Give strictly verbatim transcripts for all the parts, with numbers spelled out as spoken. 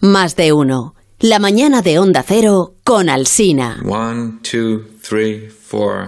Más de uno. La mañana de Onda Cero con Alsina. One, two, three, four.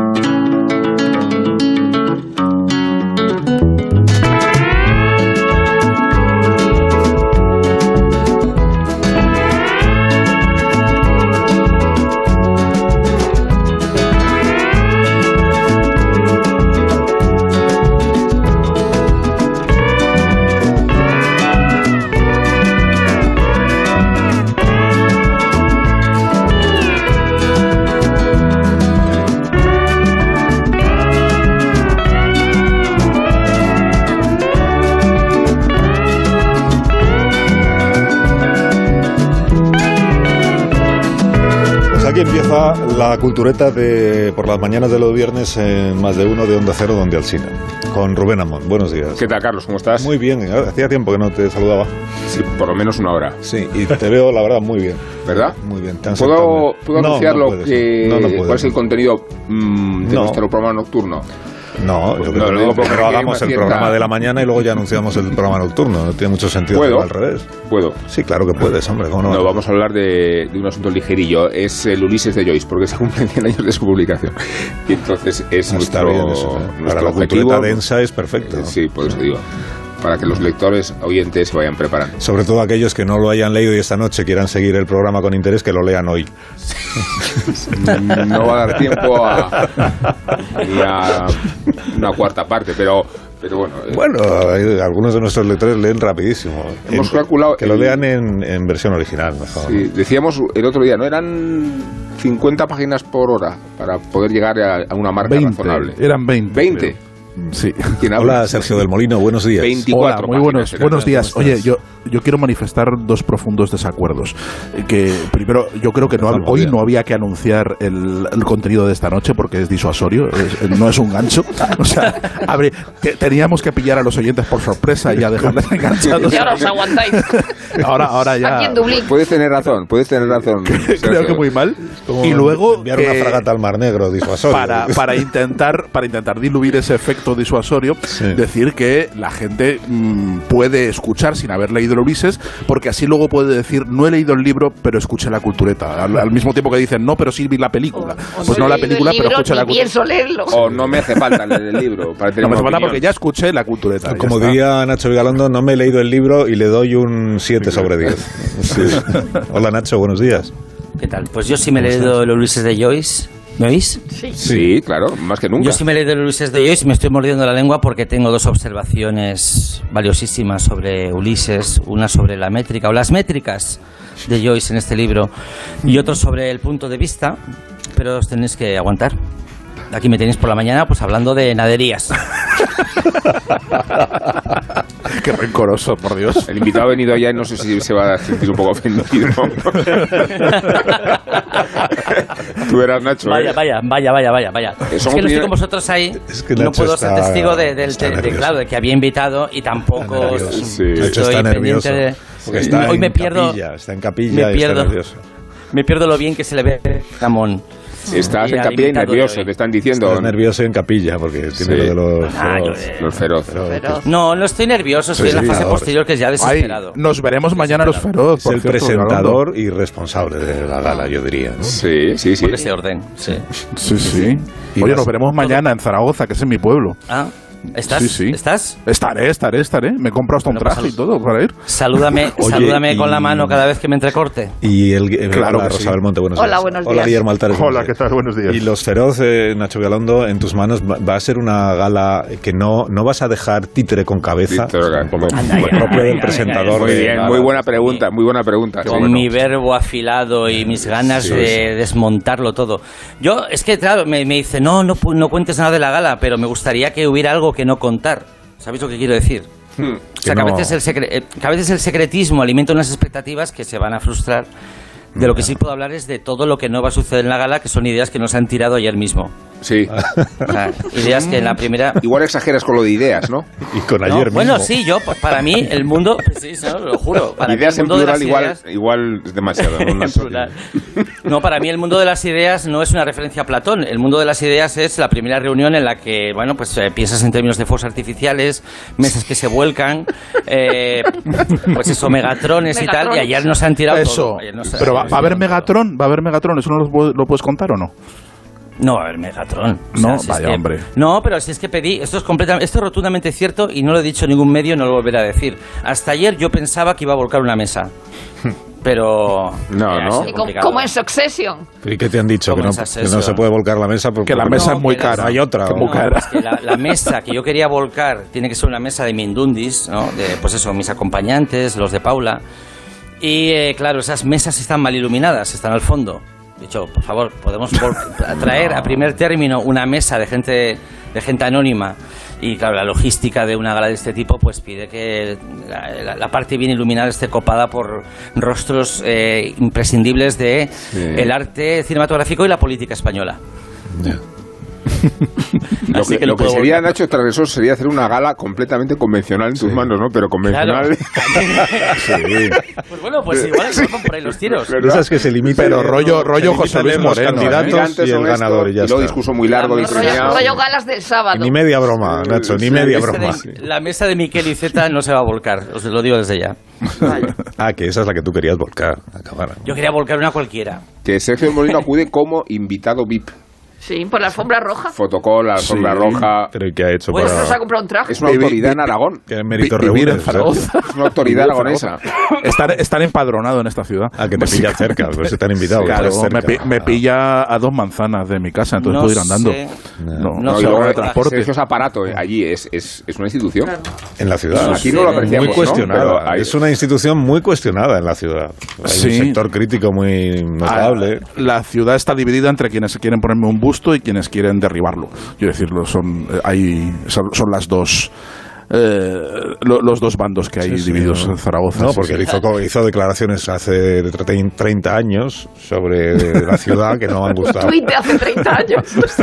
Aquí empieza la cultureta de por las mañanas de los viernes en Más de Uno de Onda Cero, donde Alsina, con Rubén Amón. Buenos días. ¿Qué tal, Carlos? ¿Cómo estás? Muy bien, hacía tiempo que no te saludaba. Sí, por lo menos una hora. Sí, y te veo, la verdad, muy bien. ¿Verdad? Muy bien. ¿Puedo, ¿puedo no, anunciar no lo puedes, que, no, no puedes, cuál es el no. contenido mmm, de No. nuestro programa nocturno? No, Pues yo no, creo lo que digo no, porque primero hay hagamos una el cierta- programa de la mañana y luego ya anunciamos el programa nocturno. No tiene mucho sentido ¿Puedo? hacerlo al revés. ¿Puedo? Sí, claro que puedes, hombre. ¿Cómo no? No, vamos a hablar de, de un asunto ligerillo. Es el Ulises de Joyce, porque se cumplen cien años de su publicación. Y entonces es No está nuestro, bien eso, ¿eh? nuestro Para la objetivo. cultureta densa es perfecto. Eh, Sí, por eso digo. Para que los lectores, oyentes, se vayan preparando. Sobre todo aquellos que no lo hayan leído y esta noche quieran seguir el programa con interés, que lo lean hoy. No va a dar tiempo a, ni a una cuarta parte, pero, pero bueno. eh, Bueno, hay- algunos de nuestros lectores leen rapidísimo. Hemos En- calculado que lo el- lean en, en versión original, mejor. Sí, decíamos el otro día, ¿no? Eran cincuenta páginas por hora para poder llegar a, a una marca veinte, razonable. eran veinte. veinte. creo. Sí. ¿Quién habla? Hola, Sergio del Molino, buenos días. veinticuatro Hola, muy buenos, páginas eran. buenos días. ¿Cómo Oye, estás? yo, yo quiero manifestar dos profundos desacuerdos. Eh, Que primero, yo creo que no, Vamos, hoy bien. no había que anunciar el, el contenido de esta noche porque es disuasorio, es- no es un gancho. O sea, abre- te- teníamos que pillar a los oyentes por sorpresa y ya dejarles enganchados. Y ahora os aguantáis. Ahora, ahora ya. Aquí en Dublín. Puedes tener razón, puedes tener razón. Creo Sergio. que muy mal. Como Y luego enviar que- una fragata al Mar Negro, disuasorio. para, para intentar para intentar diluir ese efecto disuasorio, Sí. decir que la gente mmm, puede escuchar sin haber leído el Ulises, porque así luego puede decir no he leído el libro pero escuché la cultureta, al, al mismo tiempo que dicen no pero sí vi la película, O pues no he la leído película el pero libro, escuché la ni cultureta. pienso leerlo. O no me hace falta leer el libro para tener No me una hace falta opinión. porque ya escuché la cultureta. ya Como está. diría Nacho Vigalondo, no me he leído el libro y le doy un siete sobre diez. Sí. Hola Nacho, buenos días. ¿Qué tal? Pues yo sí me he leído el Ulises de Joyce. ¿Me oís? Sí. Sí, claro, más que nunca. Yo sí me he leído el Ulises de Joyce y me estoy mordiendo la lengua porque tengo dos observaciones valiosísimas sobre Ulises. Una sobre la métrica o las métricas de Joyce en este libro y otro sobre el punto de vista, pero os tenéis que aguantar. Aquí me tenéis por la mañana pues hablando de naderías. Qué rencoroso, por Dios. El invitado ha venido ya y no sé si se va a sentir un poco ofendido. Tú eras Nacho. Vaya, ¿eh? vaya, vaya, vaya, vaya, vaya. Eh, Es somos que no estoy opinión- con vosotros ahí. Es que no Nacho puedo ser está- testigo de, del está de- de, nervioso. claro, de que había invitado y Está tampoco nervioso. Sí. Nacho estoy está pendiente nervioso. de- Porque Sí. está Hoy en me pierdo- capilla, está en capilla me y está pierdo. nervioso. Me pierdo lo bien que se le ve a Ramón. Estás Y en al capilla y invitado de nervioso, hoy. te están diciendo. Estás nervioso en capilla porque tiene Sí. lo de los... Ah, feroz. yo- Los feroz. Feroz. Pero- No, no estoy nervioso, estoy Sí, en la fase sí, posterior que es ya Ay, desesperado. nos veremos mañana a los feroz. Es por el cierto, presentador y responsable de la gala, yo diría, ¿no? Sí, sí, sí. Por ese orden, sí. Sí, sí. Y Oye, vas- nos veremos mañana en Zaragoza, que es en mi pueblo. Ah, ¿estás? Sí, sí. ¿Estás? Estaré, estaré, estaré. Me he comprado hasta un Bueno, pues traje y salud. todo para ir. Salúdame, Oye, salúdame y- con la mano cada vez que me entrecorte. Y el, el Claro hola, que sí. Rosa Belmonte, buenos Hola, días. buenos Hola, días. Guillermo Altares. buenos Hola, días. ¿qué tal? Buenos días. Y los feroz, eh, Nacho Vigalondo, en tus manos va, va a ser una gala que no, no vas a dejar títere con cabeza, Títere, como, como- como el propio del Venga, presentador. Muy de bien, gala. muy buena pregunta, muy buena pregunta. Con Sí. mi verbo afilado y mis ganas Sí, de sí. desmontarlo todo. Yo, es que, claro, me, me dice, no, no, pu- no cuentes nada de la gala, pero me gustaría que hubiera algo que no contar. ¿Sabéis lo que quiero decir? Hmm. O sea, que, no- a veces el secre- eh, que a veces el secretismo alimenta unas expectativas que se van a frustrar. De lo que sí puedo hablar es de todo lo que no va a suceder en la gala, que son ideas que nos han tirado ayer mismo. Sí. O sea, ideas que en la primera... Igual exageras con lo de ideas, ¿no? Y con No, ayer mismo. bueno, sí, yo, pues, para mí, el mundo... Sí, no, lo juro. Para Ideas mí, el en mundo de plural las igual, ideas- igual es demasiado. ¿no? en plural. No, para mí el mundo de las ideas no es una referencia a Platón. El mundo de las ideas es la primera reunión en la que, bueno, pues eh, piensas en términos de fuegos artificiales, mesas que se vuelcan, eh, pues eso, megatrones y tal. Y ayer nos han tirado Eso. todo. Ayer nos- Pero va, ayer va a haber nos han tirado Megatron, va a haber Megatron, ¿eso no lo, pu- lo puedes contar o no? No va a haber Megatron. O No, si es vaya, que- hombre. No, pero si es que pedí, esto es completamente, esto es rotundamente cierto y no lo he dicho en ningún medio, no lo volveré a decir. Hasta ayer yo pensaba que iba a volcar una mesa. Pero No, eh, ha ¿no? sido Y como, complicado. como en Succession. ¿Y qué te han dicho? Que ¿Cómo no, es que eso? no se puede volcar la mesa porque Que la porque mesa no- es muy que la- cara. hay otra. Que ¿o? muy No, cara. es que la, la mesa que yo quería volcar tiene que ser una mesa de Mindundis, ¿no? De, pues eso, mis acompañantes, los de Paula. Y eh, claro, esas mesas están mal iluminadas, están al fondo. De hecho, por favor, podemos vol- traer a primer término una mesa de gente de gente anónima. Y claro, la logística de una gala de este tipo pues pide que la, la- la parte bien iluminada esté copada por rostros eh, imprescindibles de el arte cinematográfico y la política española. Ya. Lo Así que, que lo lo que puedo sería, volcar. Nacho, tras eso sería hacer una gala completamente convencional en tus manos, ¿no? Pero convencional. Sí. Pues bueno, pues igual van por ahí los tiros. De esas que se limitan. Pero rollo- se rollo limitan José Luis en los Moreno, ¿eh? candidatos Antes y el son esto, ganador y ya y luego está. discurso muy largo, La Rollo, discriminado. rollo galas del sábado. Ni media broma, Nacho, ni Sí, media La mesa broma. de- La mesa de Miquel Iceta no se va a volcar, os lo digo desde ya. Ah, que esa es la que tú querías volcar. Acabar. Yo quería volcar una cualquiera. Que Sergio Molino acude como invitado V I P. Sí, por la alfombra roja. Fotocall, la alfombra Sí. roja. Pero ¿y qué ha hecho Pues para...? Nos ha comprado un traje. Es una Vi- vi- autoridad en vi- Aragón. ¿Qué mérito Vi- vivir en reúnes? Zaragoza. Es una autoridad Vivir en aragonesa. Zaragoza. Estar, estar empadronado en esta ciudad. Ah, que te pilla cerca, pues si te han invitado. Claro, estás me, cerca. pi- me pilla a dos manzanas de mi casa, entonces No puedo ir andando. sé. No, No no, No, sé, y se luego ahorra de de transporte. Sergio es aparato, eh, allí es, es, es una institución. En la ciudad. Aquí no lo apreciamos, Muy ¿no? cuestionada. Pero hay- Es una institución muy cuestionada en la ciudad. Hay Sí. un sector crítico muy notable. Ah, la ciudad está dividida entre quienes quieren ponerme un busto y quienes quieren derribarlo. Quiero decirlo, son, eh, hay, son, son las dos. Eh, lo- los dos bandos que hay Sí, sí, divididos no. en Zaragoza. No, sí, porque sí. él hizo, hizo declaraciones hace treinta años sobre la ciudad que no han gustado. Tweet de hace treinta años.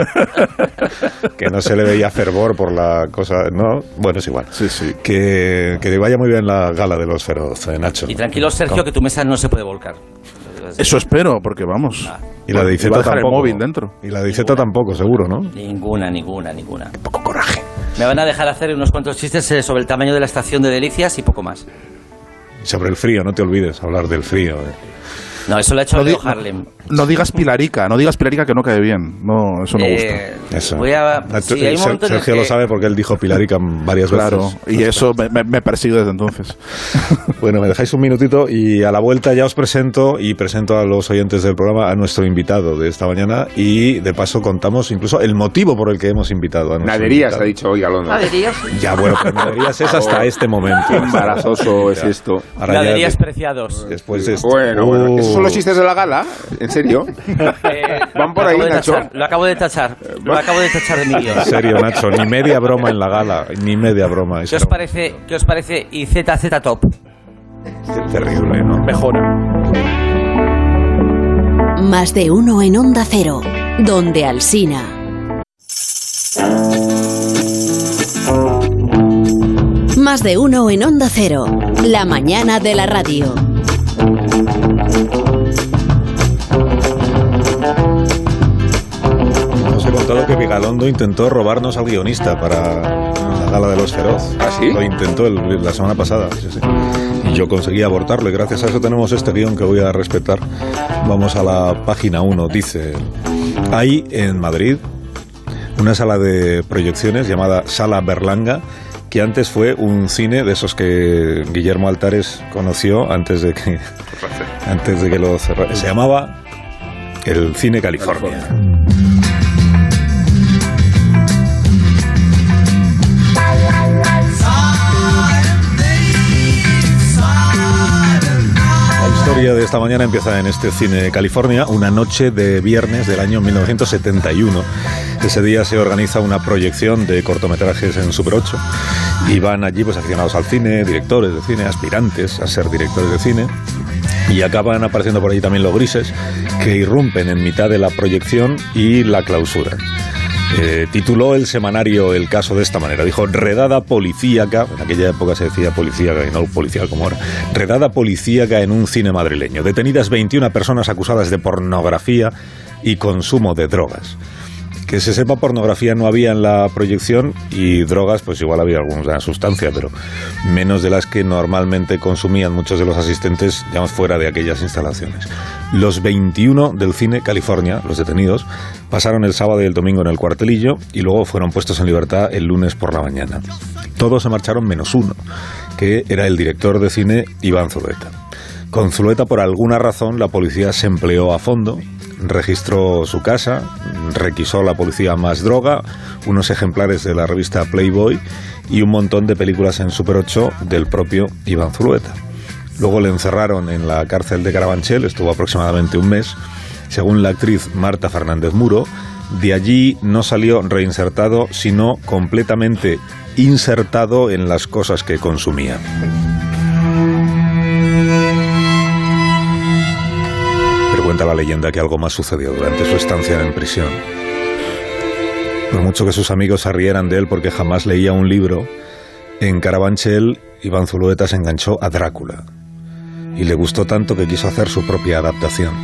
Que no se le veía fervor por la cosa. No, bueno, es igual. Sí, sí. Que, que le vaya muy bien la gala de los feroz, eh, Nacho. Y tranquilo, Sergio, que tu mesa no se puede volcar. Eso espero, porque vamos. Y la de Iba a Iceta dejar tampoco. el móvil dentro. Y la de Iceta tampoco, seguro, ¿no? Ninguna, ninguna, ninguna. Poco coraje. Me van a dejar hacer unos cuantos chistes eh, sobre el tamaño de la estación de Delicias y poco más. Y sobre el frío, no te olvides hablar del frío. eh. No, eso lo ha hecho No Leo di- Harlem. No digas Pilarica, no digas Pilarica que no cae bien. No, eso no gusta. Eh, Eso. Voy a... Nacho- sí, hay un Ser- momento en el Sergio que- lo sabe porque él dijo Pilarica varias Claro, veces. y eso me, me- me persigue desde entonces. Bueno, me dejáis un minutito y a la vuelta ya os presento y presento a los oyentes del programa a nuestro invitado de esta mañana y de paso contamos incluso el motivo por el que hemos invitado a nuestro Naderías, invitado. ha dicho hoy Alonso. Naderías. Ya, bueno, pero Naderías es hasta este momento. Qué embarazoso es esto. Ahora ya Graderías de- preciados. después de esto. Bueno, bueno, Uh, ¿esos son los chistes de la gala? ¿En serio? Eh, Van por lo ahí, acabo de Nacho. tachar, Lo acabo de tachar. Lo acabo de tachar de mi guión. En serio, Nacho, ni media broma en la gala, ni media broma. ¿Qué Eso os parece, qué os parece I Z Z Top? es terrible, ¿no? Mejora. Más de uno en Onda Cero, donde Alsina. Más de uno en Onda Cero, la mañana de la radio. Os he contado que Vigalondo intentó robarnos al guionista para la gala de los feroz. ¿Ah, sí? Lo intentó el- la semana pasada, sí, sí. Y yo conseguí abortarlo y gracias a eso tenemos este guión que voy a respetar. Vamos a la página uno. Dice, hay en Madrid una sala de proyecciones llamada Sala Berlanga, que antes fue un cine de esos que Guillermo Altares conoció antes de que, antes de que lo cerrara. Se llamaba el Cine California. La historia de esta mañana empieza en este Cine California, una noche de viernes del año mil novecientos setenta y uno. Ese día se organiza una proyección de cortometrajes en Super ocho y van allí pues aficionados al cine, directores de cine, aspirantes a ser directores de cine. Y acaban apareciendo por allí también los grises, que irrumpen en mitad de la proyección y la clausura. Eh, tituló el semanario el caso de esta manera. Dijo: redada policíaca, en aquella época se decía policíaca y no policial como ahora, redada policíaca en un cine madrileño. Detenidas veintiuna personas acusadas de pornografía y consumo de drogas. Que se sepa, pornografía no había en la proyección y drogas, pues igual había alguna sustancia, pero menos de las que normalmente consumían muchos de los asistentes, digamos, fuera de aquellas instalaciones. Los veintiuno del cine California, los detenidos, pasaron el sábado y el domingo en el cuartelillo y luego fueron puestos en libertad el lunes por la mañana. Todos se marcharon menos uno, que era el director de cine Iván Zulueta. Con Zulueta, por alguna razón, la policía se empleó a fondo. Registró su casa, requisó la policía más droga, unos ejemplares de la revista Playboy y un montón de películas en Super ocho del propio Iván Zulueta. Luego le encerraron en la cárcel de Carabanchel, estuvo aproximadamente un mes. Según la actriz Marta Fernández Muro, de allí no salió reinsertado, sino completamente insertado en las cosas que consumía. Cuenta la leyenda que algo más sucedió durante su estancia en prisión. Por mucho que sus amigos se rieran de él porque jamás leía un libro, en Carabanchel Iván Zulueta se enganchó a Drácula y le gustó tanto que quiso hacer su propia adaptación.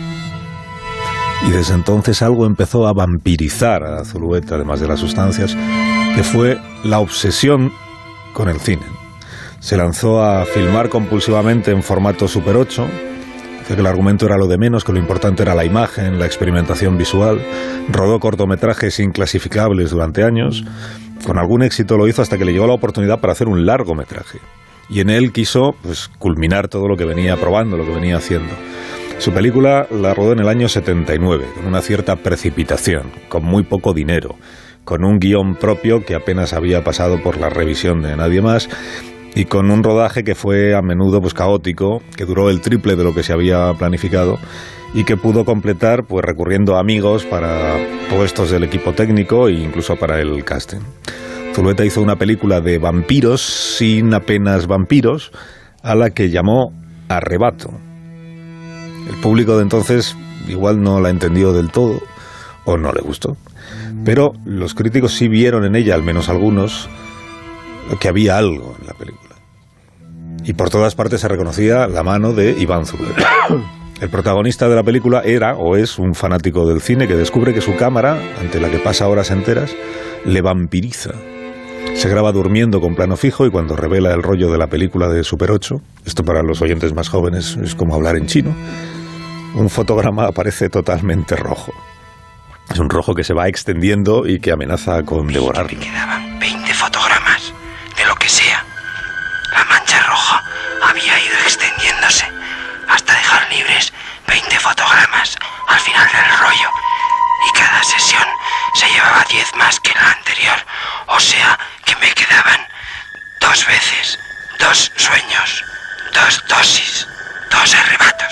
Y desde entonces algo empezó a vampirizar a Zulueta, además de las sustancias, que fue la obsesión con el cine. Se lanzó a filmar compulsivamente en formato Super ocho, que el argumento era lo de menos, que lo importante era la imagen, la experimentación visual. Rodó cortometrajes inclasificables durante años. Con algún éxito lo hizo hasta que le llegó la oportunidad para hacer un largometraje. Y en él quiso, pues, culminar todo lo que venía probando, lo que venía haciendo. Su película la rodó en el año setenta y nueve, con una cierta precipitación, con muy poco dinero, con un guión propio que apenas había pasado por la revisión de nadie más, y con un rodaje que fue a menudo pues caótico, que duró el triple de lo que se había planificado y que pudo completar pues recurriendo a amigos para puestos del equipo técnico e incluso para el casting. Zulueta hizo una película de vampiros sin apenas vampiros, a la que llamó Arrebato. El público de entonces igual no la entendió del todo o no le gustó, pero los críticos sí vieron en ella, al menos algunos, que había algo en la película. Y por todas partes se reconocía la mano de Iván Zulueta. El protagonista de la película era o es un fanático del cine que descubre que su cámara, ante la que pasa horas enteras, le vampiriza. Se graba durmiendo con plano fijo y cuando revela el rollo de la película de Super ocho, esto para los oyentes más jóvenes es como hablar en chino, un fotograma aparece totalmente rojo. Es un rojo que se va extendiendo y que amenaza con devorarlo. Me quedaban veinte fotogramas de lo que sea. La mancha roja había ido extendiéndose hasta dejar libres veinte fotogramas al final del rollo. Y cada sesión se llevaba diez más que la anterior. O sea que me quedaban dos veces, dos sueños, dos dosis, dos arrebatos.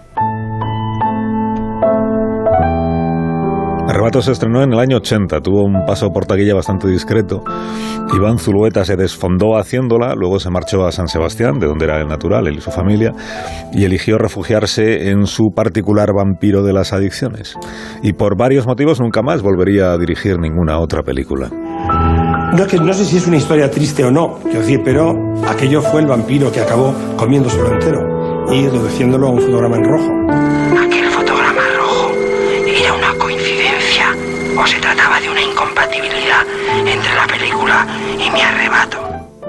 Arrebato se estrenó en el año ochenta, tuvo un paso por taquilla bastante discreto. Iván Zulueta se desfondó haciéndola, luego se marchó a San Sebastián, de donde era el natural, él y su familia, y eligió refugiarse en su particular vampiro de las adicciones. Y por varios motivos nunca más volvería a dirigir ninguna otra película. No, que no sé si es una historia triste o no, quiero decir, pero aquello fue el vampiro que acabó comiéndoselo entero y reduciéndolo a un fotograma en rojo. Aquel fotograma rojo era una coincidencia o se trataba de una incompatibilidad entre la película y mi arrebato.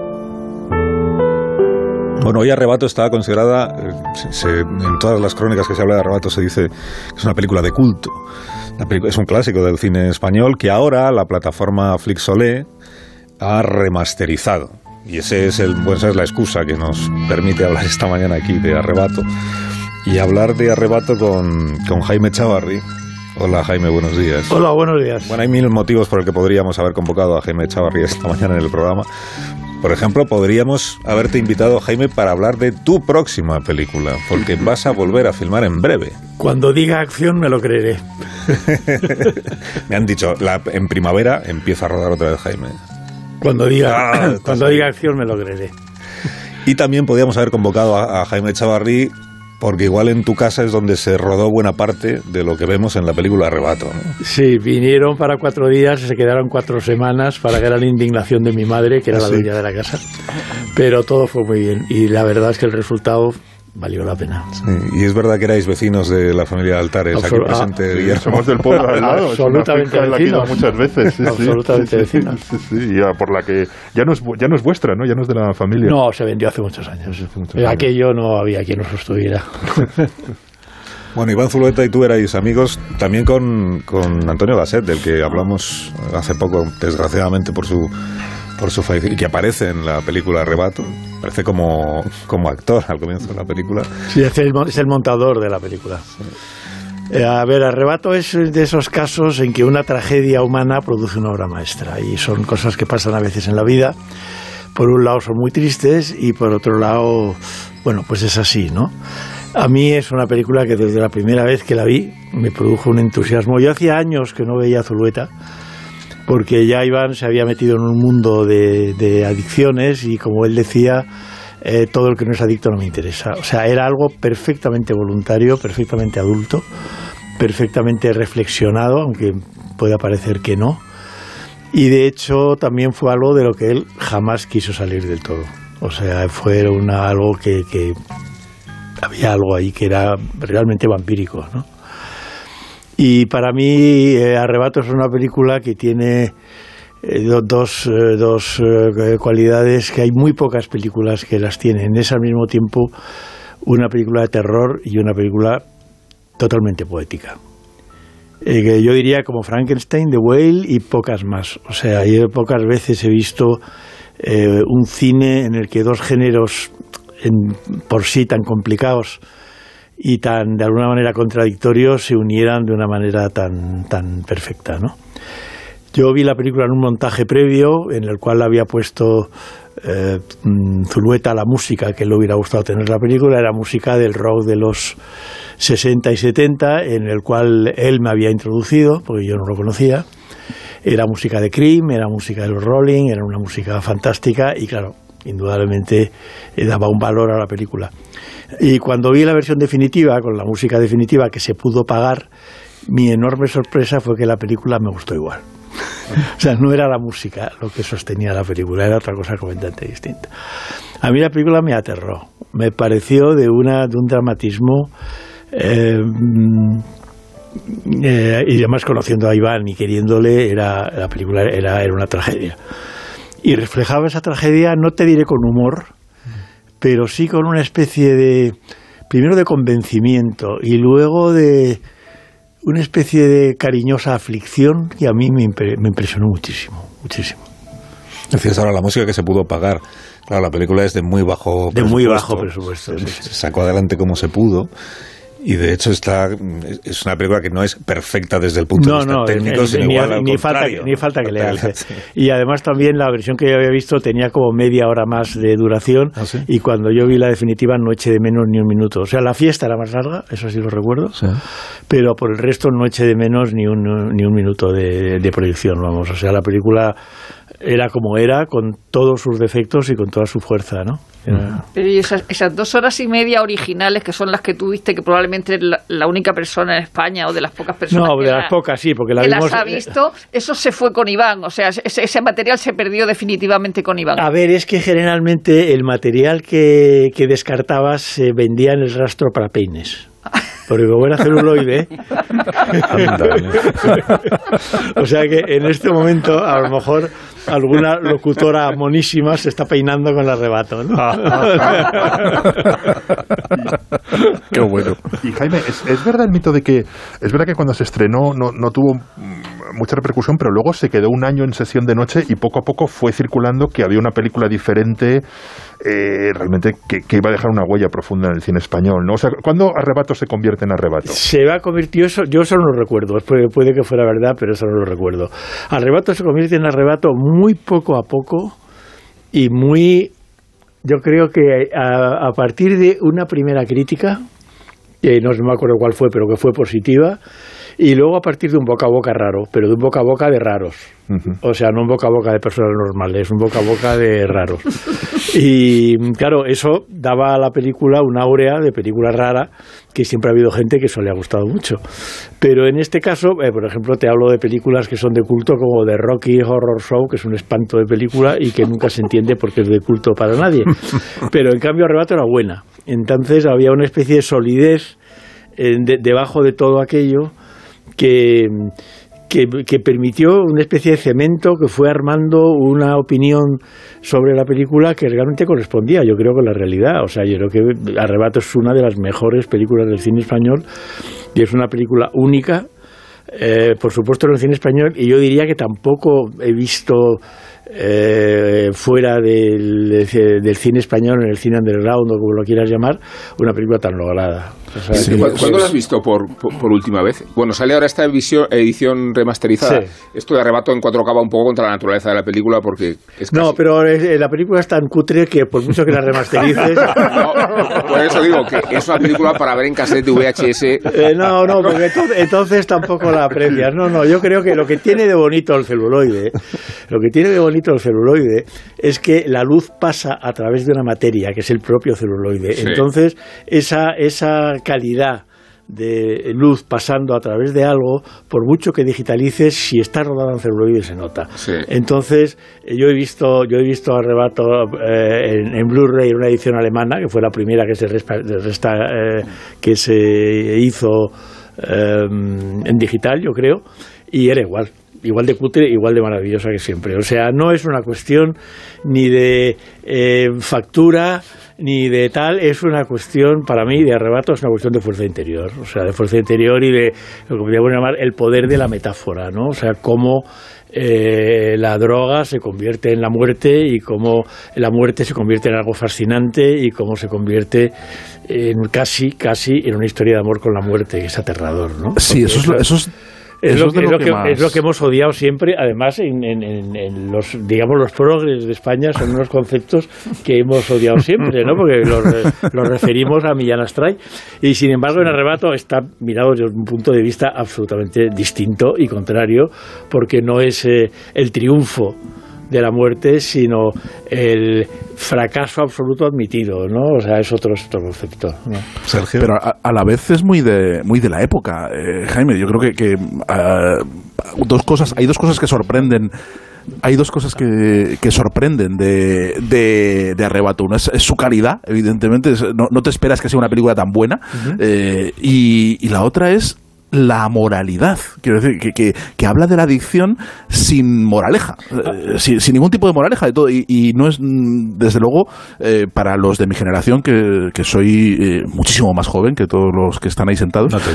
Bueno, hoy Arrebato está considerada, se, se, en todas las crónicas que se habla de Arrebato se dice que es una película de culto. La película, es un clásico del cine español que ahora la plataforma Flixolé ha remasterizado. Y ese es el, bueno, esa es la excusa que nos permite hablar esta mañana aquí de Arrebato. Y hablar de Arrebato con, con Jaime Chávarri. Hola Jaime, buenos días. Hola, buenos días. Bueno, hay mil motivos por el que podríamos haber convocado a Jaime Chávarri esta mañana en el programa. Por ejemplo, podríamos haberte invitado, Jaime, para hablar de tu próxima película, porque vas a volver a filmar en breve. Cuando diga acción me lo creeré. Me han dicho, la, en primavera empieza a rodar otra vez Jaime. Cuando diga, ah, cuando diga acción me lo creeré. Y también podríamos haber convocado a, a Jaime Chávarri Porque igual en tu casa es donde se rodó buena parte de lo que vemos en la película Arrebato, ¿no? Sí, vinieron para cuatro días y se quedaron cuatro semanas para gran indignación de mi madre, que era la Sí. dueña de la casa. Pero todo fue muy bien y la verdad es que el resultado valió la pena. Sí, y es verdad que erais vecinos de la familia Altares, aquí Absol- presente ah, Guillermo. Somos del pueblo al lado. es una Absolutamente finca en la que he ido vecinos. muchas veces. Sí, sí, Absolutamente sí, sí, vecinos. Sí, sí, sí, ya por la que ya no es ya no es vuestra, ¿no? Ya no es de la familia. No, se vendió hace muchos años. Hace muchos Eh, años. Aquello no había quien nos sostuviera. Bueno, Iván Zulueta y tú erais amigos también con, con Antonio Gasset, del que hablamos hace poco, desgraciadamente por su por su fallecimiento, y que aparece en la película Arrebato. Aparece como, como actor al comienzo de la película. Sí, es el, es el montador de la película. Eh, a ver, Arrebato es de esos casos en que una tragedia humana produce una obra maestra y son cosas que pasan a veces en la vida. Por un lado son muy tristes y por otro lado, bueno, pues es así, ¿no? A mí es una película que desde la primera vez que la vi me produjo un entusiasmo. Yo hacía años que no veía a Zulueta porque ya Iván se había metido en un mundo de, de adicciones y, como él decía, eh, todo el que no es adicto no me interesa. O sea, era algo perfectamente voluntario, perfectamente adulto, perfectamente reflexionado, aunque pueda parecer que no. Y de hecho también fue algo de lo que él jamás quiso salir del todo. O sea, fue una, algo que, que había algo ahí que era realmente vampírico, ¿no? Y para mí eh, Arrebato es una película que tiene eh, do, dos, eh, dos eh, cualidades que hay muy pocas películas que las tienen. Es al mismo tiempo una película de terror y una película totalmente poética. Eh, que yo diría como Frankenstein, The Whale y pocas más. O sea, yo pocas veces he visto eh, un cine en el que dos géneros en, por sí tan complicados y tan de alguna manera contradictorios se unieran de una manera tan, tan perfecta, ¿no? Yo vi la película en un montaje previo en el cual había puesto eh, Zulueta la música que le hubiera gustado tener la película, era música del rock de los sesenta y setenta, en el cual él me había introducido, porque yo no lo conocía. Era música de Cream, era música de los Rolling, era una música fantástica y, claro, indudablemente eh, daba un valor a la película. Y cuando vi la versión definitiva, con la música definitiva que se pudo pagar, mi enorme sorpresa fue que la película me gustó igual. O sea, no era la música lo que sostenía la película, era otra cosa completamente distinta. A mí la película me aterró, me pareció de, una, de un dramatismo... Eh, eh, y además, conociendo a Iván y queriéndole, era, la película era, era una tragedia. Y reflejaba esa tragedia, no te diré con humor, pero sí con una especie de, primero de convencimiento y luego de una especie de cariñosa aflicción que a mí me, impre, me impresionó muchísimo, muchísimo. Decías ahora la música que se pudo pagar. Claro, la película es de muy bajo de presupuesto. muy bajo presupuesto. Se, sí, se sí. sacó adelante como se pudo. Y de hecho está es una película que no es perfecta desde el punto no, de vista no, técnico, ni, sino ni, igual al ni falta contrario. que, ni falta que le hace. Sí. Y además también la versión que yo había visto tenía como media hora más de duración. ¿Ah, sí? Y cuando yo vi la definitiva no eché de menos ni un minuto. O sea, la fiesta era más larga, eso sí lo recuerdo, Sí. pero por el resto no eché de menos ni un, ni un minuto de, de proyección, vamos. O sea, la película era como era, con todos sus defectos y con toda su fuerza, ¿no? Era... Pero y esas, esas dos horas y media originales, que son las que tú viste, que probablemente eres la, la única persona en España o de las pocas personas No, que, de la, las pocas sí, porque la que vimos... las ha visto, eso se fue con Iván. O sea, ese, ese material se perdió definitivamente con Iván. A ver, es que generalmente el material que, que descartabas se vendía en el rastro para peines. Porque como era celuloide, o sea que en este momento a lo mejor alguna locutora monísima se está peinando con el Arrebato, ¿no? Qué bueno. Y Jaime, ¿es, es verdad el mito de que es verdad que cuando se estrenó no, no tuvo mucha repercusión, pero luego se quedó un año en sesión de noche y poco a poco fue circulando que había una película diferente, eh, realmente que, que iba a dejar una huella profunda en el cine español, ¿no? O sea, ¿cuándo Arrebato se convierte en Arrebato? Se va a convertir, eso, yo eso no lo recuerdo, puede, puede que fuera verdad, pero eso no lo recuerdo. Arrebato se convierte en Arrebato muy poco a poco y muy, yo creo que a, a partir de una primera crítica, que no me acuerdo cuál fue, pero que fue positiva, y luego a partir de un boca a boca raro, pero de un boca a boca de raros. Uh-huh. O sea, no un boca a boca de personas normales, un boca a boca de raros. Y claro, eso daba a la película una áurea de película rara, que siempre ha habido gente que eso le ha gustado mucho. Pero en este caso, eh, por ejemplo, te hablo de películas que son de culto, como The Rocky Horror Show, que es un espanto de película y que nunca se entiende porque es de culto para nadie. Pero en cambio Arrebato era buena. Entonces había una especie de solidez eh, de, debajo de todo aquello que... Que, que permitió una especie de cemento que fue armando una opinión sobre la película que realmente correspondía, yo creo, con la realidad. O sea, yo creo que Arrebato es una de las mejores películas del cine español y es una película única, eh, por supuesto, en el cine español, y yo diría que tampoco he visto eh, fuera del, del cine español, en el cine underground o como lo quieras llamar, una película tan lograda. O sea, sí, ¿Cuándo es... lo has visto por, por, por última vez? Bueno, sale ahora esta edición, edición remasterizada. Sí. Esto de Arrebato en cuatro K va un poco contra la naturaleza de la película porque es casi... No, pero la película es tan cutre que por mucho que la remasterices... no, por eso digo que es una película para ver en cassette de V H S. Eh, no, no, porque entonces, entonces tampoco la aprecias. No, no, yo creo que lo que tiene de bonito el celuloide, lo que tiene de bonito el celuloide es que la luz pasa a través de una materia, que es el propio celuloide. Sí. Entonces, esa, esa calidad de luz pasando a través de algo, por mucho que digitalices, si está rodado en celuloide se nota. Sí. Entonces, yo he visto yo he visto Arrebato eh, en, en Blu-ray en una edición alemana, que fue la primera que se, resta, resta, eh, que se hizo eh, en digital, yo creo, y era igual. Igual de cutre, igual de maravillosa que siempre. O sea, no es una cuestión ni de eh, factura ni de tal, es una cuestión, para mí, de Arrebato, es una cuestión de fuerza interior. O sea, de fuerza interior y de lo que podríamos llamar el poder de la metáfora, ¿no? O sea, cómo eh, la droga se convierte en la muerte y cómo la muerte se convierte en algo fascinante y cómo se convierte en casi, casi en una historia de amor con la muerte, que es aterrador, ¿no? Sí, eso es, lo, eso es... Es lo, que, es, lo que, que es lo que hemos odiado siempre, además en, en, en, en los, digamos, los progres de España son unos conceptos que hemos odiado siempre, ¿no? Porque los, los referimos a Millán Astray, y sin embargo en Arrebato está mirado desde un punto de vista absolutamente distinto y contrario, porque no es eh, el triunfo de la muerte, sino el fracaso absoluto admitido, ¿no? O sea, es otro, otro concepto, ¿no? Sergio. Pero a, a la vez es muy de muy de la época, eh, Jaime. Yo creo que, que uh, dos cosas, hay dos cosas que sorprenden. Hay dos cosas que, que sorprenden de, de, de Arrebato. Una es, es su calidad, evidentemente. Es, no, no te esperas que sea una película tan buena. Uh-huh. eh, y, y la otra es la moralidad, quiero decir, que, que, que habla de la adicción sin moraleja, eh, sin, sin ningún tipo de moraleja de todo, y, y no es, desde luego, eh, para los de mi generación, que, que soy eh, muchísimo más joven que todos los que están ahí sentados. No te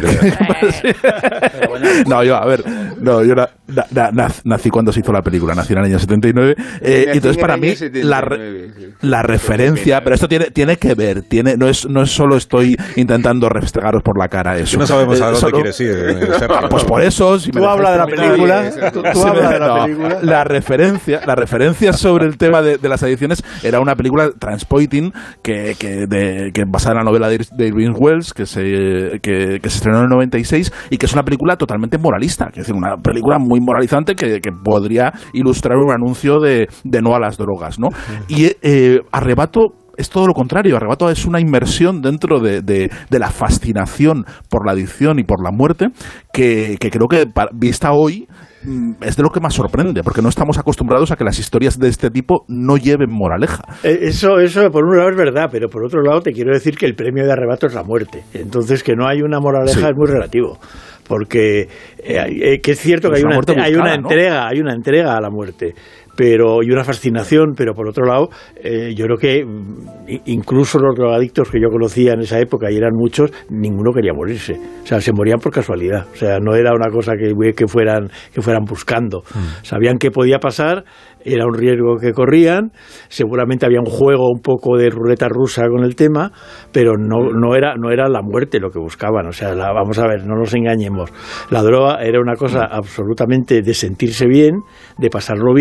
creas. No, yo, a ver, no, yo na, na, na, nací cuando se hizo la película, nací en el año setenta y nueve, eh, y entonces para mí la, re, la referencia, pero esto tiene, tiene que ver, tiene, no es, no es solo estoy intentando restregaros por la cara eso. No sabemos a dónde solo, quieres ir. No, pues por eso, si tú hablas de la película, tú, tú si hablas me, de la no, película. La referencia, la referencia sobre el tema de, de las adicciones era una película Transpoiting que, que, de, que basada en la novela de, de Irving Wells que se, que, que se estrenó en el noventa y seis y que es una película totalmente moralista, es decir, una película muy moralizante que, que podría ilustrar un anuncio de, de no a las drogas, ¿no? Y eh, Arrebato es todo lo contrario. Arrebato es una inmersión dentro de, de, de la fascinación por la adicción y por la muerte que, que creo que, vista hoy, es de lo que más sorprende, porque no estamos acostumbrados a que las historias de este tipo no lleven moraleja. Eso, eso por un lado es verdad, pero por otro lado te quiero decir que el premio de Arrebato es la muerte. Entonces, que no hay una moraleja sí. es muy relativo. Porque eh, que es cierto que hay una, buscada, hay una entrega, ¿no? hay una entrega a la muerte, pero y una fascinación, pero por otro lado, eh, yo creo que incluso los drogadictos que yo conocía en esa época, y eran muchos, ninguno quería morirse. O sea, se morían por casualidad. O sea, no era una cosa que, que fueran que fueran buscando. Mm. Sabían que podía pasar, era un riesgo que corrían, seguramente había un juego un poco de ruleta rusa con el tema, pero no, no era no era la muerte lo que buscaban. O sea, la, vamos a ver, no nos engañemos. La droga era una cosa absolutamente de sentirse bien, de pasarlo bien,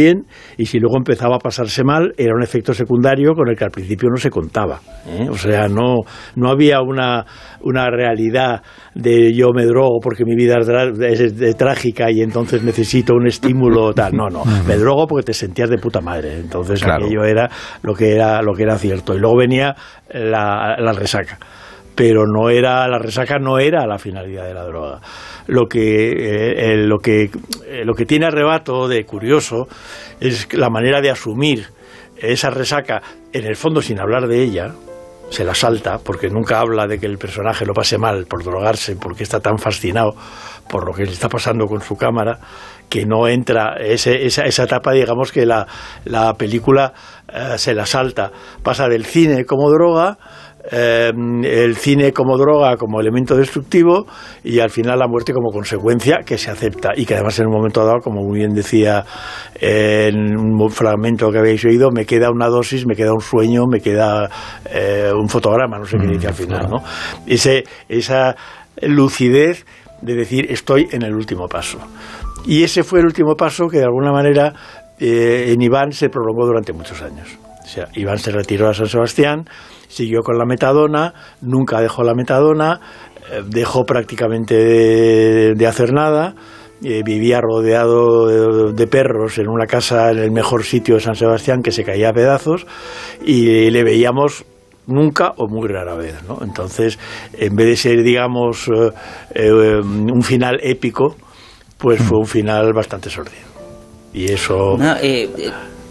y si luego empezaba a pasarse mal, era un efecto secundario con el que al principio no se contaba, ¿eh? O sea, no, no había una, una realidad de yo me drogo porque mi vida es, es, es trágica y entonces necesito un estímulo tal. No, no, me drogo porque te sentías de puta madre. Entonces claro, aquello era lo que era, lo que era cierto. Y luego venía la, la resaca. Pero no era, la resaca no era la finalidad de la droga. Lo que, eh, lo que, eh, lo que tiene Arrebato de curioso es la manera de asumir esa resaca, en el fondo sin hablar de ella, se la salta, porque nunca habla de que el personaje lo pase mal por drogarse, porque está tan fascinado por lo que le está pasando con su cámara, que no entra ese, esa, esa etapa, digamos que la, la película eh, se la salta, pasa del cine como droga, Eh, el cine como droga, como elemento destructivo, y al final la muerte como consecuencia que se acepta y que además en un momento dado, como muy bien decía eh, en un fragmento que habéis oído, me queda una dosis, me queda un sueño, me queda eh, un fotograma, no sé qué dice al final, ¿no? Ese, esa lucidez de decir estoy en el último paso, y ese fue el último paso que de alguna manera eh, en Iván se prolongó durante muchos años. O sea, Iván se retiró a San Sebastián, siguió con la metadona, nunca dejó la metadona, eh, dejó prácticamente de, de hacer nada, eh, vivía rodeado de, de perros en una casa en el mejor sitio de San Sebastián que se caía a pedazos, y le veíamos nunca o muy rara vez, ¿no? Entonces, en vez de ser, digamos, eh, eh, un final épico, pues fue un final bastante sordido. Y eso... No, eh, eh.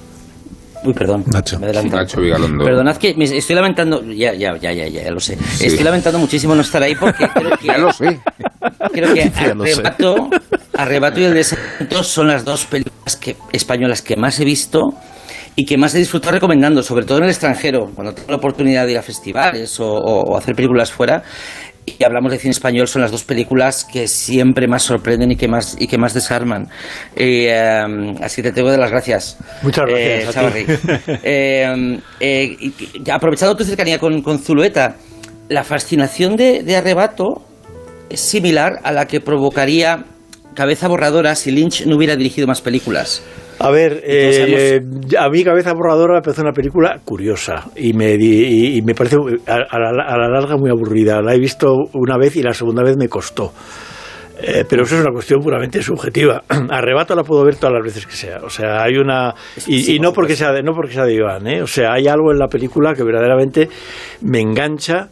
Uy, perdón, Nacho. me adelanté. Nacho Vigalondo. Perdonad que me estoy lamentando, ya, ya, ya, ya, ya, ya lo sé. Sí. Estoy lamentando muchísimo no estar ahí porque creo que... ya lo sé. Creo que ya lo Arrebato, Arrebato y El Desierto son las dos películas que, españolas que más he visto y que más he disfrutado recomendando, sobre todo en el extranjero, cuando tengo la oportunidad de ir a festivales o, o, o hacer películas fuera. Y hablamos de cine español, son las dos películas que siempre más sorprenden y que más y que más desarman. Eh, um, así que te tengo que dar las gracias. Muchas gracias. Eh, eh, eh, y, aprovechando tu cercanía con, con Zulueta, la fascinación de, de Arrebato es similar a la que provocaría Cabeza Borradora si Lynch no hubiera dirigido más películas. A ver, eh, a mí Cabeza Borradora me parece una película curiosa y me, y, y me parece a, a, la, a la larga muy aburrida. La he visto una vez y la segunda vez me costó. Eh, pero eso es una cuestión puramente subjetiva. Arrebato la puedo ver todas las veces que sea. O sea, hay una... Y, y no porque sea de, no porque sea de Iván, ¿eh? O sea, hay algo en la película que verdaderamente me engancha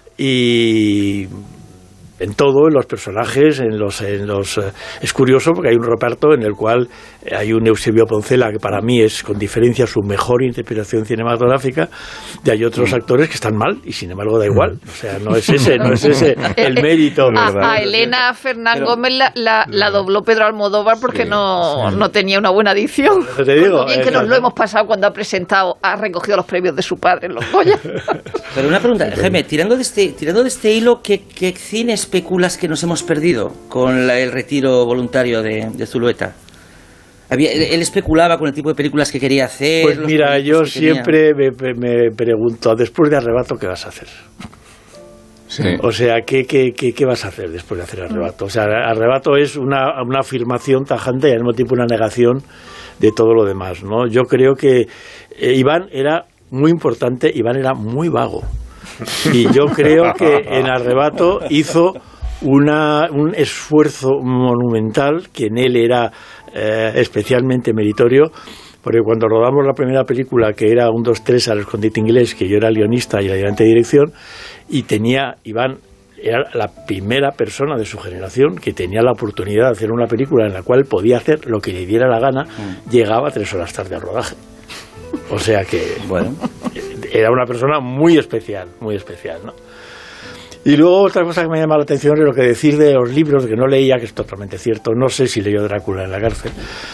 y... en todo, en los personajes, en los, en los eh, es curioso porque hay un reparto en el cual hay un Eusebio Poncela que para mí es con diferencia su mejor interpretación cinematográfica, y hay otros actores que están mal y sin embargo da igual, o sea, no es ese, no es ese el mérito. A, a Elena Fernán Pero, Gómez la, la, la dobló Pedro Almodóvar porque sí, no, sí. no tenía una buena adicción. Te digo, bien que nos lo hemos pasado cuando ha presentado, ha recogido los premios de su padre en los Goya. Pero una pregunta, Jaime, tirando de este, tirando de este hilo, ¿qué, qué cine especulas que nos hemos perdido con la, el retiro voluntario de, de Zulueta? Había, él especulaba con el tipo de películas que quería hacer. Pues mira, yo siempre me, me pregunto, después de Arrebato, ¿qué vas a hacer? Sí. O sea, ¿qué, qué, qué, ¿qué vas a hacer después de hacer Arrebato? O sea, Arrebato es una, una afirmación tajante y al mismo tiempo una negación de todo lo demás, ¿no? Yo creo que eh, Iván era muy importante, Iván era muy vago. Y yo creo que en Arrebato hizo una, un esfuerzo monumental que en él era eh, especialmente meritorio, porque cuando rodamos la primera película, que era un dos tres al escondite inglés, que yo era el guionista y el ayudante de dirección, y tenía, Iván era la primera persona de su generación que tenía la oportunidad de hacer una película en la cual podía hacer lo que le diera la gana, mm. llegaba tres horas tarde al rodaje. O sea que, bueno, era una persona muy especial, muy especial, ¿no? Y luego otra cosa que me llama la atención es lo que decir de los libros que no leía, que es totalmente cierto. No sé si leyó Drácula en la cárcel,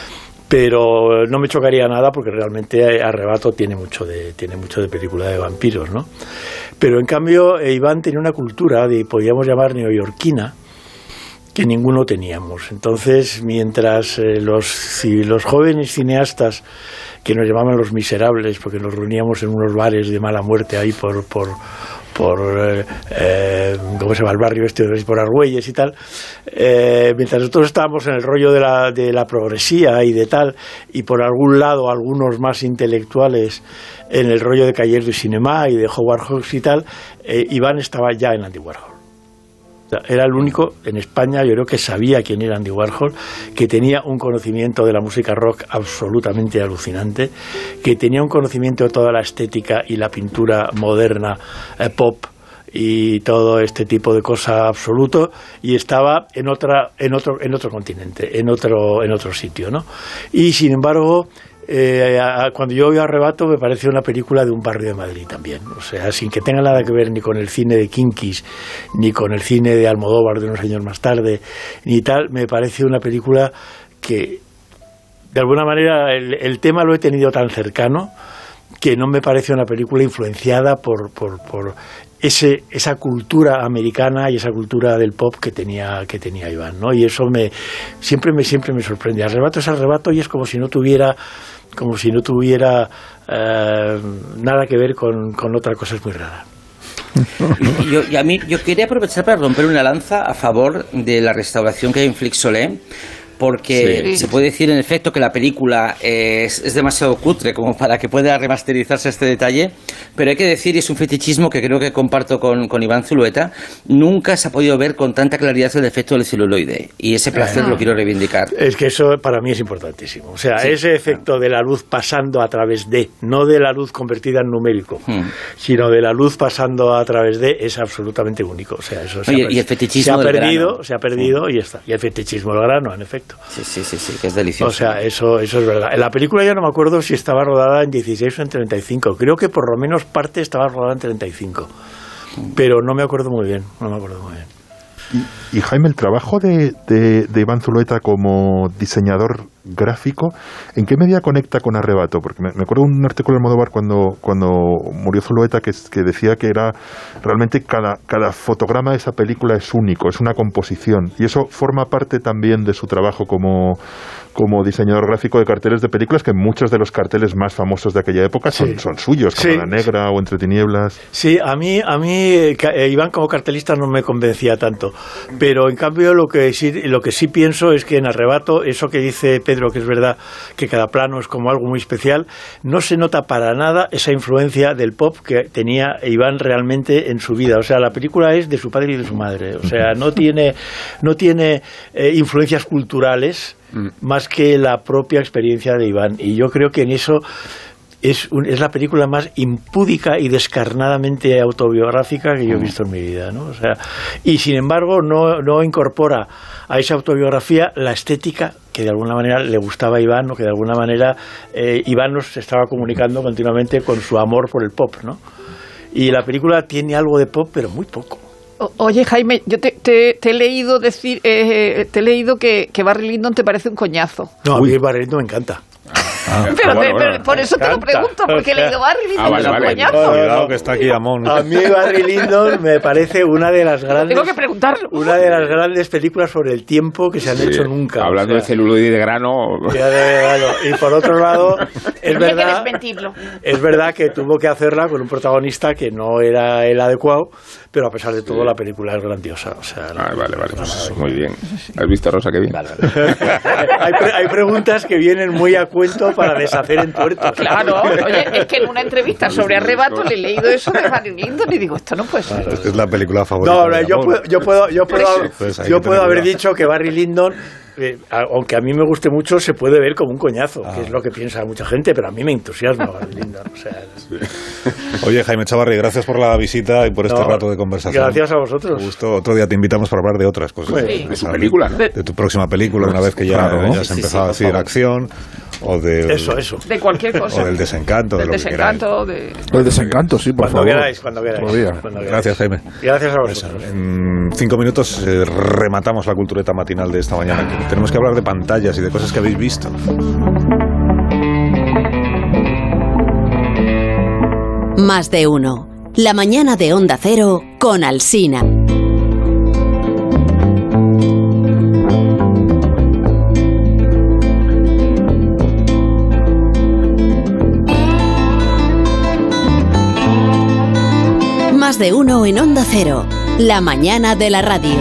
pero no me chocaría nada porque realmente Arrebato tiene mucho de tiene mucho de película de vampiros, ¿no? Pero en cambio Iván tenía una cultura de, podríamos llamar, neoyorquina, que ninguno teníamos. Entonces, mientras eh, los, si los jóvenes cineastas que nos llamaban los miserables, porque nos reuníamos en unos bares de mala muerte ahí por, por, por eh, ¿cómo se llama el barrio este? Por Argüelles y tal, eh, mientras nosotros estábamos en el rollo de la, de la progresía y de tal, y por algún lado algunos más intelectuales en el rollo de Cahiers du Cinéma y de Howard Hawks y tal, eh, Iván estaba ya en Andy Warhol. Era el único en España, yo creo, que sabía quién era Andy Warhol, que tenía un conocimiento de la música rock absolutamente alucinante, que tenía un conocimiento de toda la estética y la pintura moderna, eh, pop y todo este tipo de cosa absoluto, y estaba en otra en otro en otro continente, en otro en otro sitio, ¿no? Y sin embargo, Eh, a, cuando yo veo Arrebato me parece una película de un barrio de Madrid también, o sea, sin que tenga nada que ver ni con el cine de Kinkis, ni con el cine de Almodóvar de unos años más tarde, ni tal. Me parece una película que, de alguna manera, el, el tema lo he tenido tan cercano que no me parece una película influenciada por, por, por ese, esa cultura americana y esa cultura del pop que tenía, que tenía Iván, ¿no? Y eso me siempre me siempre me sorprende. Arrebato es Arrebato y es como si no tuviera como si no tuviera eh, nada que ver con, con otra cosa, es muy rara. Yo, y a mí, yo quería aprovechar para romper una lanza a favor de la restauración que hay en Flixolé, porque sí, se puede decir en efecto que la película es, es demasiado cutre como para que pueda remasterizarse este detalle, pero hay que decir, y es un fetichismo que creo que comparto con, con Iván Zulueta, nunca se ha podido ver con tanta claridad el efecto del celuloide, y ese placer ah. lo quiero reivindicar. Es que eso para mí es importantísimo, o sea, sí, ese efecto de la luz pasando a través de, no de la luz convertida en numérico, hmm. sino de la luz pasando a través de, es absolutamente único, o sea, eso se, Oye, ha, y el fetichismo se ha del perdido, grano. se ha perdido sí. y está, y el fetichismo del grano, en efecto. Sí, sí, sí, sí, que es delicioso. O sea, eso, eso es verdad. En la película yo no me acuerdo si estaba rodada en dieciséis o en treinta y cinco. Creo que por lo menos parte estaba rodada en treinta y cinco. Pero no me acuerdo muy bien, no me acuerdo muy bien. Y, y Jaime, el trabajo de, de, de Iván Zulueta como diseñador gráfico, ¿en qué medida conecta con Arrebato? Porque me, me acuerdo de un artículo de Almodóvar cuando, cuando murió Zulueta que, que decía que era realmente cada, cada fotograma de esa película es único, es una composición, y eso forma parte también de su trabajo como, como diseñador gráfico de carteles de películas, que muchos de los carteles más famosos de aquella época son, sí. son suyos, como sí. La Negra o Entre Tinieblas. Sí, a mí, a mí eh, Iván como cartelista no me convencía tanto, pero en cambio lo que sí, lo que sí pienso es que en Arrebato, eso que dice Pedro, que es verdad que cada plano es como algo muy especial, no se nota para nada esa influencia del pop que tenía Iván realmente en su vida. O sea, la película es de su padre y de su madre. O sea, no tiene, no tiene eh, influencias culturales más que la propia experiencia de Iván. Y yo creo que en eso es, un, es la película más impúdica y descarnadamente autobiográfica que yo he visto en mi vida, ¿no? O sea, y sin embargo no, no incorpora a esa autobiografía la estética que de alguna manera le gustaba a Iván, o que de alguna manera eh, Iván nos estaba comunicando continuamente con su amor por el pop, ¿no? Y la película tiene algo de pop, pero muy poco. O, oye, Jaime, yo te, te, te he leído decir, eh, te he leído que, que Barry Lyndon te parece un coñazo. No, a mí Barry Lyndon me encanta. Ah, pero, ah, bueno, pero bueno, por eso te lo pregunto, porque he leído Barry Lyndon, ah, vale, vale. coñazo. No, cuidado que está aquí Amón. A mí Barry Lyndon me parece una de las grandes. Tengo que preguntarlo. Una de las grandes películas sobre el tiempo que se han sí, hecho nunca. Hablando o sea, de celuloide y de grano. Ya de grano. Y por otro lado, es verdad, es verdad que tuvo que hacerla con un protagonista que no era el adecuado, pero a pesar de todo sí. la película es grandiosa. O sea, ah, vale, vale, pues eso, muy bien. ¿Has visto, Rosa, qué bien? Vale, vale. hay, pre hay preguntas que vienen muy a cuento para deshacer entuertos. Claro, oye, es que en una entrevista sobre Arrebato le he leído eso de Barry Lyndon y digo, esto no puede ser. Es que es la película favorita. No, no yo, puedo, yo puedo, yo puedo, pues yo puedo haber dicho que Barry Lyndon, eh, aunque a mí me guste mucho, se puede ver como un coñazo, ah. que es lo que piensa mucha gente, pero a mí me entusiasma Barry Lyndon. O sea, sí. Oye, Jaime Chavarri, gracias por la visita y por este no, rato de conversación. Gracias a vosotros. Me gustó. Otro día te invitamos para hablar de otras cosas. Sí. De tu película, ¿no? De, de tu próxima película, una vez que ya, claro, ya se ha sí, empezado sí, a decir acción. O de, eso, eso. De cualquier cosa. O del desencanto. Del de lo desencanto. Que de... El desencanto, sí, por cuando favor. Queráis, cuando queráis, cuando queráis. Gracias, Jaime. Gracias a vosotros. En cinco minutos eh, rematamos la cultureta matinal de esta mañana. Que tenemos que hablar de pantallas y de cosas que habéis visto. Más de uno. La mañana de Onda Cero con Alsina. de uno en Onda Cero. La mañana de la radio.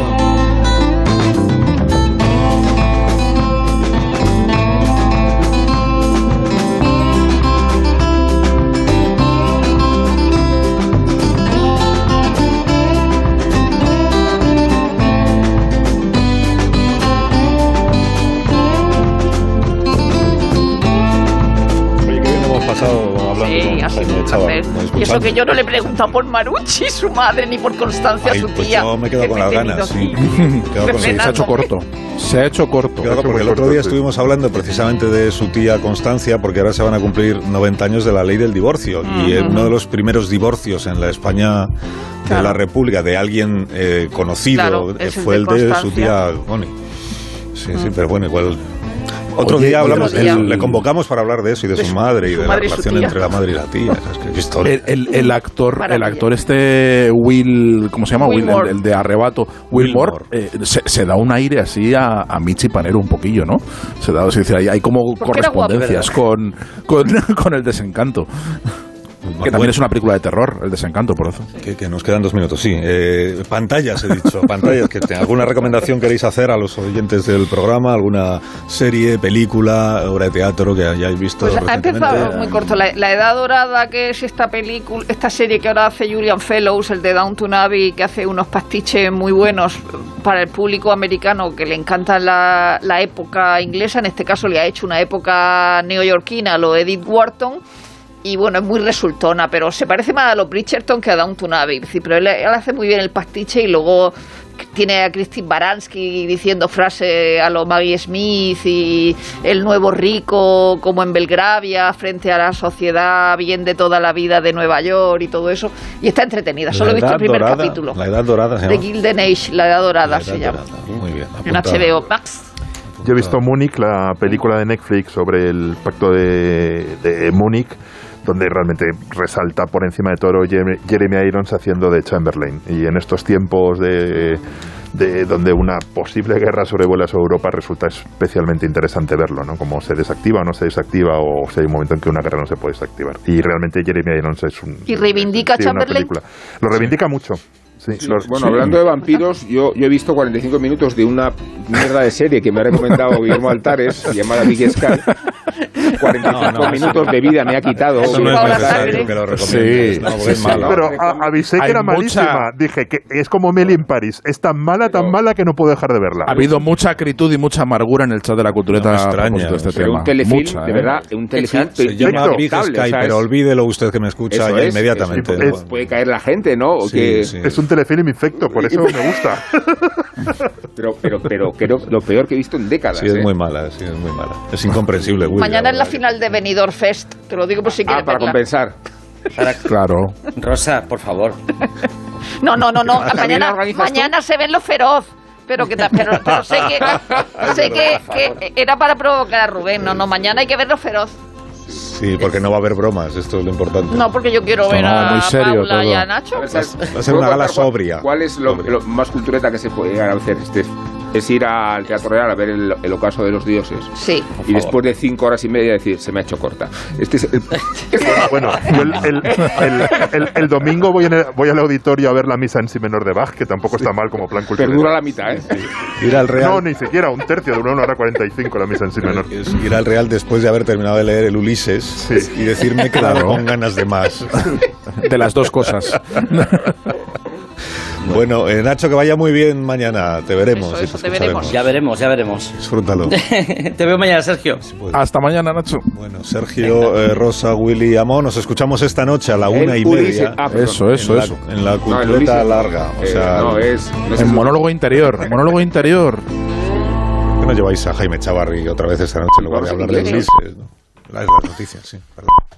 Sí, ha sido un placer. Y eso que yo no le he preguntado por Marucci, su madre, ni por Constancia, Ay, su pues tía. yo me quedo con las ganas, sí. Quedo con- Sí, se ha hecho corto. Se ha hecho corto. Claro, porque el otro día estuvimos hablando precisamente de su tía Constancia, porque ahora se van a cumplir noventa años de la ley del divorcio. Y Ujú. uno de los primeros divorcios en la España de Claro. la República, de alguien eh, conocido, Claro, eh, es el fue de el de su Constancia. tía Connie. Sí, sí, pero bueno, igual... Otro Oye, día hablamos, otro día. el- le convocamos para hablar de eso y de, De su su- madre y su de madre y la su relación tía. entre la madre y la tía. Es que, qué historia. El, el- el actor, el Maravilla. actor este Will, ¿cómo se llama? Will, Wilmore. el, el de Arrebato, Wilmore, Wilmore. eh, se, se da un aire así a, a Michi Panero un poquillo, ¿no? Se da, es decir, hay, hay como Porque era guapo, correspondencias con, con, con el Desencanto. Que también es una película de terror, El Desencanto, por eso. Que, que nos quedan dos minutos, sí. Eh, pantallas, he dicho, pantallas. Que te- ¿Alguna recomendación queréis hacer a los oyentes del programa? ¿Alguna serie, película, obra de teatro que hayáis visto Pues ha recientemente? empezado muy corto. La, la Edad Dorada, que es esta película, esta serie que ahora hace Julian Fellows, el de Downton Abbey, que hace unos pastiches muy buenos para el público americano que le encanta la, la época inglesa. En este caso le ha hecho una época neoyorquina, lo Edith Wharton. Y bueno, es muy resultona, pero se parece más a los Bridgerton que a Downton Abbey. Sí, pero él, él hace muy bien el pastiche y luego tiene a Christine Baranski diciendo frases a lo Maggie Smith y el nuevo rico como en Belgravia frente a la sociedad bien de toda la vida de Nueva York y todo eso. Y está entretenida, solo he visto el primer Dorada, capítulo. La Edad Dorada se The llama. Gilded Age, la Edad Dorada La Edad se llama. Dorada. Muy bien. En apuntado. H B O Max. Yo he visto Múnich, la película de Netflix sobre el pacto de, de Múnich, donde realmente resalta por encima de todo Jeremy Jeremy Irons haciendo de Chamberlain. Y en estos tiempos de, de donde una posible guerra sobrevuela sobre Europa, resulta especialmente interesante verlo, ¿no? Cómo se desactiva o no se desactiva, o si hay un momento en que una guerra no se puede desactivar. Y realmente Jeremy Irons es un... ¿Y reivindica sí, una Chamberlain? película. Lo reivindica mucho. Sí, Sí, los- bueno, sí. hablando de vampiros, yo, yo he visto cuarenta y cinco minutos de una mierda de serie que me ha recomendado Guillermo Altares, llamada Big Sky. cuarenta y cinco No, no, minutos de vida me ha quitado. Eso no es Paola necesario Sangre. que lo recomiendes, Sí, ¿no? Porque sí, es sí. malo. Pero a- avisé que Hay era mucha- malísima. Dije que es como Meli en París. Es tan mala, tan mala que no puedo dejar de verla. Ha habido mucha acritud y mucha amargura en el chat de la cultureta No me a extraña, propósito de este Pero tema. un telefilm, Mucha, de ¿eh? verdad, un telefilm Se llama Big perfectable, Sky, o sea, pero es- olvídelo usted que me escucha eso ya es, inmediatamente. es- ¿no? es- puede caer la gente, ¿no? O Sí, que- sí. Es un telefilm infecto, por eso me gusta. Pero, pero, pero creo lo peor que he visto en décadas. Sí, es ¿eh? muy mala, sí, es muy mala. Es incomprensible, Will, Mañana es la verdad. final de Benidorm Fest, te lo digo por si Ah, quieres para verla. compensar. Para- Claro. Rosa, por favor. No, no, no, no. ¿También la Mañana, organizas tú? mañana se ven los feroz. Pero que ta- pero, pero sé que sé que, que era para provocar a Rubén. No, no, mañana hay que verlo feroz. Sí, porque no va a haber bromas, esto es lo importante. No, porque yo quiero No, ver no, a muy serio Paula y todo. a Nacho. A ver, ¿sabes? Va a ser ¿Puedo una gala contar cuál- sobria. ¿Cuál es lo, Sobria. lo más cultureta que se puede llegar a hacer? Este, es ir al Teatro Real a ver el, el ocaso de los dioses. Sí. Y después de cinco horas y media decir, se me ha hecho corta. Este es el- Bueno, yo el, el, el, el- el domingo voy, en el- voy al auditorio a ver la misa en si menor de Bach, que tampoco está mal como plan cultural. Perdura la mitad, ¿eh? Ir al Real. No, ni siquiera, un tercio, de una hora cuarenta y cinco la misa en si menor. Es ir al Real después de haber terminado de leer el Ulises y decirme que Claro. con ganas de más. De las dos cosas. Bueno, eh, Nacho, que vaya muy bien mañana. Te veremos. Eso, y eso, te escucharemos. veremos. Ya veremos, ya veremos. Disfrútalo. Te veo mañana, Sergio. Hasta mañana, Nacho. Bueno, Sergio, eh, Rosa, Willy, Amón, nos escuchamos esta noche a la una y El Ulises- media. ah, perdón. Eso, eso, en la, eso. en la No, el cultureta Ulises. larga. O Eh, sea, no, es... no es En el- monólogo interior. Monólogo interior. ¿por qué no lleváis a Jaime Chavarri otra vez esta noche en lugar de hablar de Inglés. Ulises? ¿No? Las, las noticias, sí. Perdón.